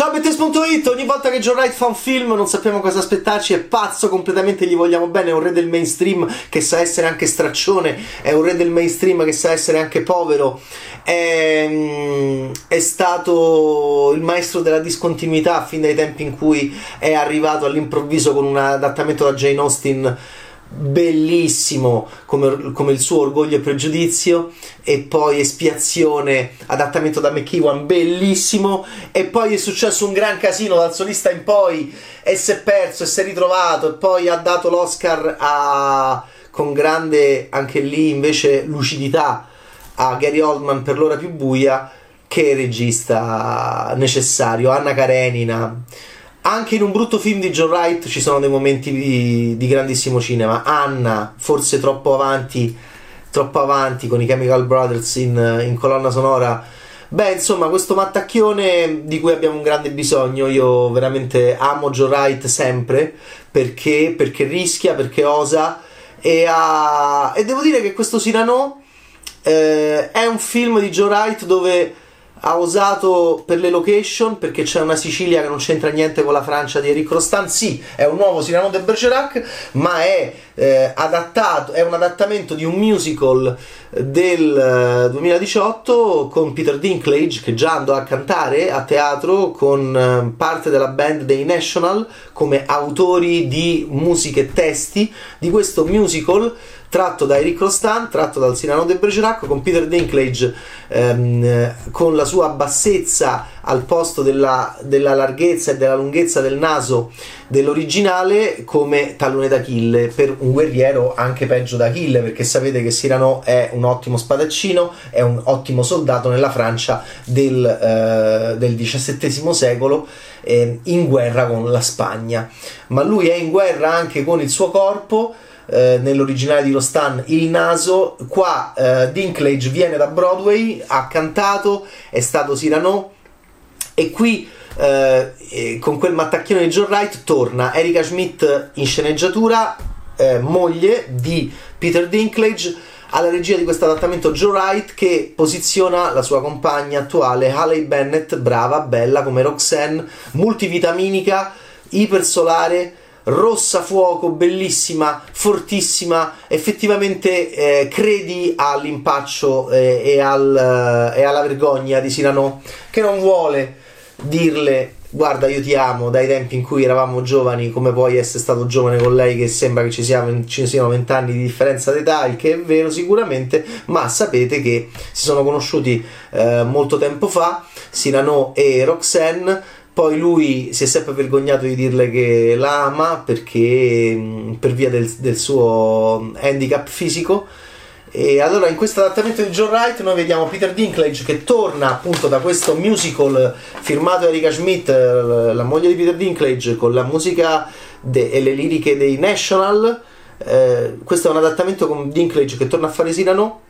Ciao Bettes.it, ogni volta che Joe Wright fa un film non sappiamo cosa aspettarci, è pazzo completamente, gli vogliamo bene, è un re del mainstream che sa essere anche straccione, è un re del mainstream che sa essere anche povero, è stato il maestro della discontinuità fin dai tempi in cui è arrivato all'improvviso con un adattamento da Jane Austen bellissimo come il suo Orgoglio e Pregiudizio, e poi Espiazione, adattamento da McEwan, bellissimo, e poi è successo un gran casino dal solista in poi e si è perso e si è ritrovato, e poi ha dato l'Oscar con grande, anche lì invece, lucidità a Gary Oldman per L'ora più buia. Che regista necessario, Anna Karenina. Anche in un brutto film di Joe Wright ci sono dei momenti di grandissimo cinema. Anna, forse troppo avanti con i Chemical Brothers in colonna sonora. Beh, insomma, questo mattacchione di cui abbiamo un grande bisogno. Io veramente amo Joe Wright sempre, perché rischia, perché osa, e devo dire che questo Cyrano è un film di Joe Wright dove ha osato per le location, perché c'è una Sicilia che non c'entra niente con la Francia di Eric Rostand. Sì, è un nuovo Cyrano de Bergerac, ma è un adattamento di un musical del 2018 con Peter Dinklage, che già andò a cantare a teatro con parte della band dei National come autori di musiche e testi di questo musical tratto da Eric Rostand, tratto dal Cyrano de Bergerac, con Peter Dinklage con la sua bassezza al posto della larghezza e della lunghezza del naso dell'originale, come tallone d'Achille, per un guerriero anche peggio d'Achille, perché sapete che Cyrano è un ottimo spadaccino, è un ottimo soldato nella Francia del XVII secolo, in guerra con la Spagna, ma lui è in guerra anche con il suo corpo. Nell'originale di Rostand il naso, qua Dinklage viene da Broadway, ha cantato, è stato Cyrano, e qui con quel mattacchione di Joe Wright torna Erika Schmidt in sceneggiatura, moglie di Peter Dinklage, alla regia di questo adattamento Joe Wright, che posiziona la sua compagna attuale Hayley Bennett, brava, bella come Roxanne, multivitaminica, ipersolare, rossa fuoco, bellissima, fortissima, effettivamente credi all'impaccio e alla vergogna di Cyrano, che non vuole dirle guarda io ti amo dai tempi in cui eravamo giovani, come puoi essere stato giovane con lei che sembra che ci siano 20 anni di differenza d'età, il che è vero sicuramente, ma sapete che si sono conosciuti molto tempo fa, Cyrano e Roxanne. Poi lui si è sempre vergognato di dirle che la ama, perché per via del suo handicap fisico. E allora in questo adattamento di Joe Wright noi vediamo Peter Dinklage che torna appunto da questo musical firmato Erika Schmidt, la moglie di Peter Dinklage, con la musica e le liriche dei National. Questo è un adattamento con Dinklage che torna a fare Cyrano,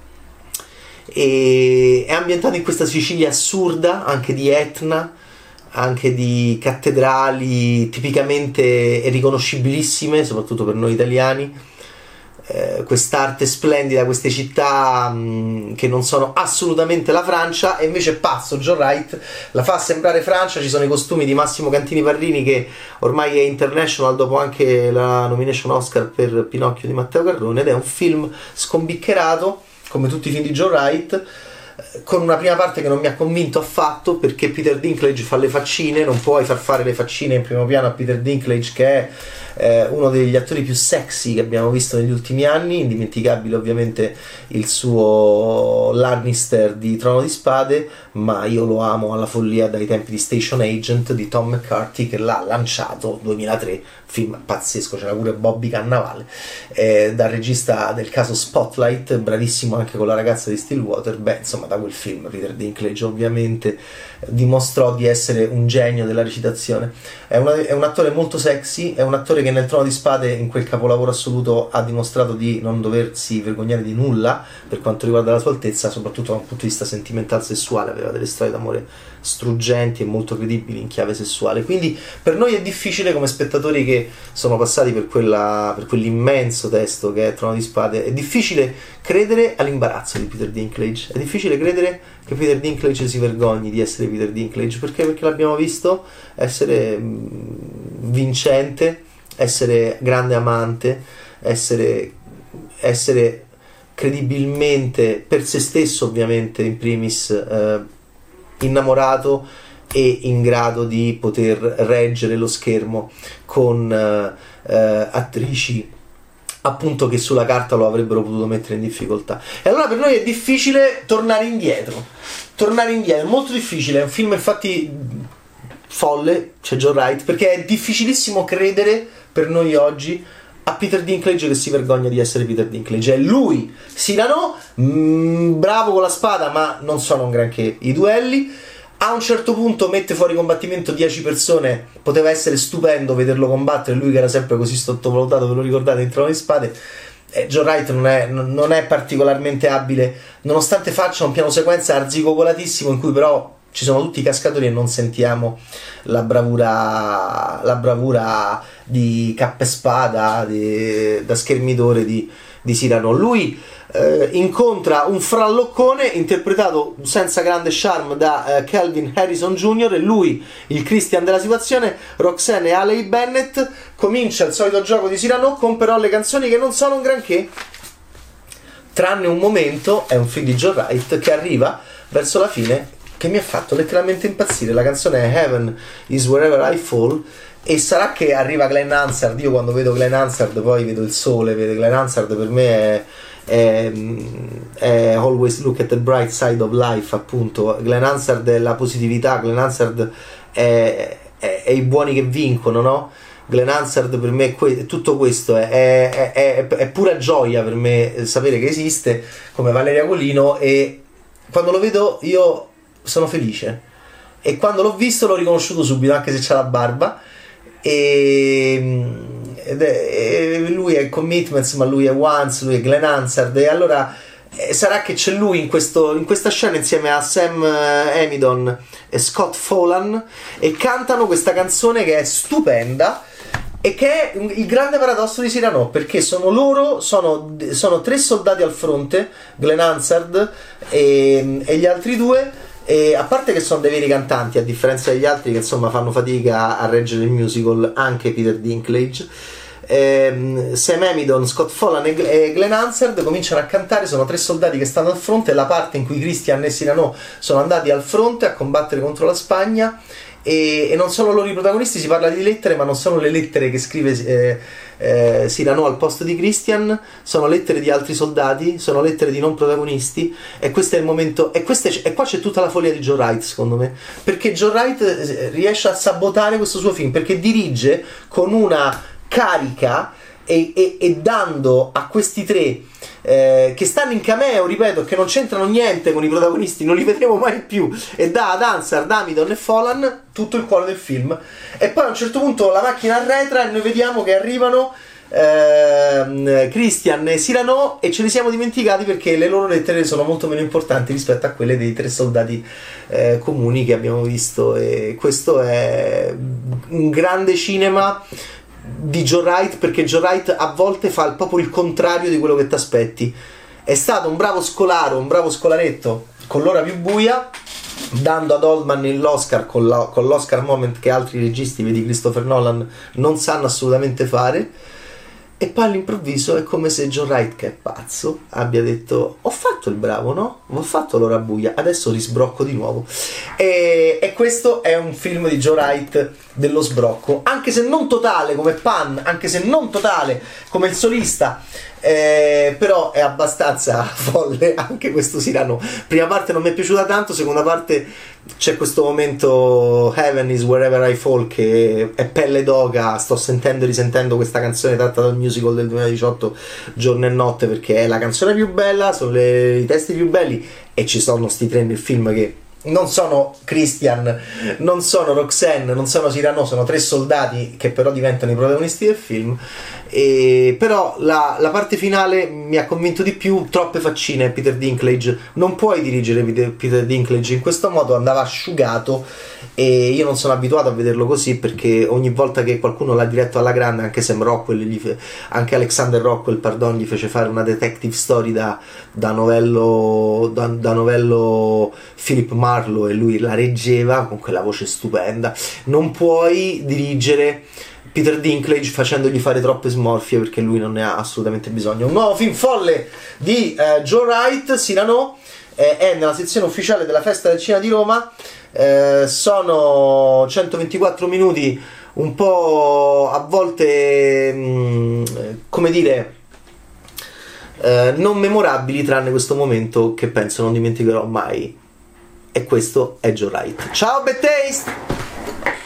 e è ambientato in questa Sicilia assurda, anche di Etna, anche di cattedrali tipicamente riconoscibilissime, soprattutto per noi italiani, quest'arte splendida, queste città che non sono assolutamente la Francia, e invece pazzo Joe Wright la fa sembrare Francia. Ci sono i costumi di Massimo Cantini Parrini, che ormai è international dopo anche la nomination Oscar per Pinocchio di Matteo Garrone, ed è un film scombiccherato come tutti i film di Joe Wright, con una prima parte che non mi ha convinto affatto, perché Peter Dinklage fa le faccine, non puoi far fare le faccine in primo piano a Peter Dinklage, che è uno degli attori più sexy che abbiamo visto negli ultimi anni, indimenticabile ovviamente il suo Lannister di Trono di Spade, ma io lo amo alla follia dai tempi di Station Agent di Tom McCarthy, che l'ha lanciato 2003, film pazzesco, c'era pure Bobby Cannavale, dal regista del caso Spotlight, bravissimo anche con la ragazza di Stillwater. Beh, insomma, da quel film Peter Dinklage ovviamente dimostrò di essere un genio della recitazione. È un attore molto sexy, è un attore che nel Trono di Spade, in quel capolavoro assoluto, ha dimostrato di non doversi vergognare di nulla per quanto riguarda la sua altezza, soprattutto da un punto di vista sentimental sessuale, aveva delle storie d'amore struggenti e molto credibili in chiave sessuale. Quindi per noi è difficile, come spettatori che sono passati per quell'immenso testo che è Trono di Spade, è difficile credere all'imbarazzo di Peter Dinklage, è difficile credere che Peter Dinklage si vergogni di essere Peter Dinklage, perché l'abbiamo visto essere vincente, essere grande amante, essere credibilmente per se stesso, ovviamente in primis, innamorato e in grado di poter reggere lo schermo con attrici appunto che sulla carta lo avrebbero potuto mettere in difficoltà. E allora per noi è difficile tornare indietro, è molto difficile. È un film infatti folle, c'è Joe Wright, perché è difficilissimo credere per noi oggi a Peter Dinklage che si vergogna di essere Peter Dinklage. È lui, Cyrano, bravo con la spada, ma non sono un granché i duelli. A un certo punto mette fuori combattimento 10 persone, poteva essere stupendo vederlo combattere, lui che era sempre così sottovalutato, ve lo ricordate, in Trono di Spade. Joe Wright non è particolarmente abile, nonostante faccia un piano sequenza arzicocolatissimo in cui però ci sono tutti i cascatori e non sentiamo la bravura di cappa e spada, da schermidore di Cyrano. Lui incontra un fralloccone interpretato senza grande charme da Calvin Harrison Jr. e lui, il Christian della situazione, Roxanne e Haley Bennett. Comincia il solito gioco di Cyrano con però le canzoni che non sono un granché, tranne un momento, è un film di Joe Wright che arriva verso la fine che mi ha fatto letteralmente impazzire. La canzone è Heaven is Wherever I Fall e sarà che arriva Glenn Hansard. Io quando vedo Glenn Hansard poi vedo il sole, vedo Glenn Hansard, per me è Always Look at the Bright Side of Life, appunto. Glenn Hansard è la positività, Glenn Hansard è i buoni che vincono, no? Glenn Hansard per me tutto questo è pura gioia per me sapere che esiste come Valeria Golino, e quando lo vedo io sono felice, e quando l'ho visto l'ho riconosciuto subito anche se c'ha la barba, e lui è Commitments, ma lui è Once, lui è Glenn Hansard, e allora sarà che c'è lui in questa scena insieme a Sam Amidon e Scott Folan e cantano questa canzone che è stupenda e che è il grande paradosso di Cyrano, perché sono 3 soldati al fronte, Glenn Hansard e gli altri 2, e a parte che sono dei veri cantanti, a differenza degli altri che insomma fanno fatica a reggere il musical, anche Peter Dinklage. Sam Amidon, Scott Folan e Glenn Hansard cominciano a cantare, sono 3 soldati che stanno al fronte, la parte in cui Christian e Cyrano sono andati al fronte a combattere contro la Spagna, e non sono loro i protagonisti. Si parla di lettere, ma non sono le lettere che scrive Cyrano al posto di Christian, sono lettere di altri soldati, sono lettere di non protagonisti, e questo è il momento, e qua c'è tutta la follia di Joe Wright, secondo me, perché Joe Wright riesce a sabotare questo suo film, perché dirige con una carica e dando a questi 3 che stanno in cameo, ripeto, che non c'entrano niente con i protagonisti, non li vedremo mai più, e dà ad Hansard, Amidon e Folan tutto il cuore del film. E poi a un certo punto la macchina arretra e noi vediamo che arrivano Christian e Cyrano, e ce li siamo dimenticati perché le loro lettere sono molto meno importanti rispetto a quelle dei 3 soldati comuni che abbiamo visto. E questo è un grande cinema di Joe Wright, perché Joe Wright a volte fa proprio il contrario di quello che ti aspetti. È stato un bravo scolaro, un bravo scolaretto con L'ora più buia, dando ad Oldman l'Oscar con l'Oscar moment che altri registi, vedi Christopher Nolan, non sanno assolutamente fare. E poi all'improvviso è come se Joe Wright, che è pazzo, abbia detto: ho fatto il bravo, no? Ho fatto L'ora buia, adesso risbrocco di nuovo. E questo è un film di Joe Wright dello sbrocco, anche se non totale come Pan, anche se non totale come Il solista, però è abbastanza folle anche questo Cyrano. Prima parte non mi è piaciuta tanto, seconda parte c'è questo momento Heaven is Wherever I Fall che è pelle d'oca. Sto sentendo e risentendo questa canzone tratta dal musical del 2018 Giorno e Notte, perché è la canzone più bella, sono i testi più belli, e ci sono sti 3 nel film che non sono Christian, non sono Roxanne, non sono Cyrano, sono 3 soldati che però diventano i protagonisti del film. Però la parte finale mi ha convinto di più. Troppe faccine. Peter Dinklage, non puoi dirigere Peter Dinklage in questo modo, andava asciugato, e io non sono abituato a vederlo così, perché ogni volta che qualcuno l'ha diretto alla grande, anche Sam Rockwell, anche Alexander Rockwell, pardon, gli fece fare una detective story da novello Philip Marlowe, e lui la reggeva con quella voce stupenda. Non puoi dirigere Peter Dinklage facendogli fare troppe smorfie, perché lui non ne ha assolutamente bisogno. Un nuovo film folle di Joe Wright, Cyrano, è nella sezione ufficiale della Festa del Cinema di Roma. Sono 124 minuti, un po' a volte come dire, non memorabili, tranne questo momento che penso non dimenticherò mai, e questo è Joe Wright. Ciao Bad Taste!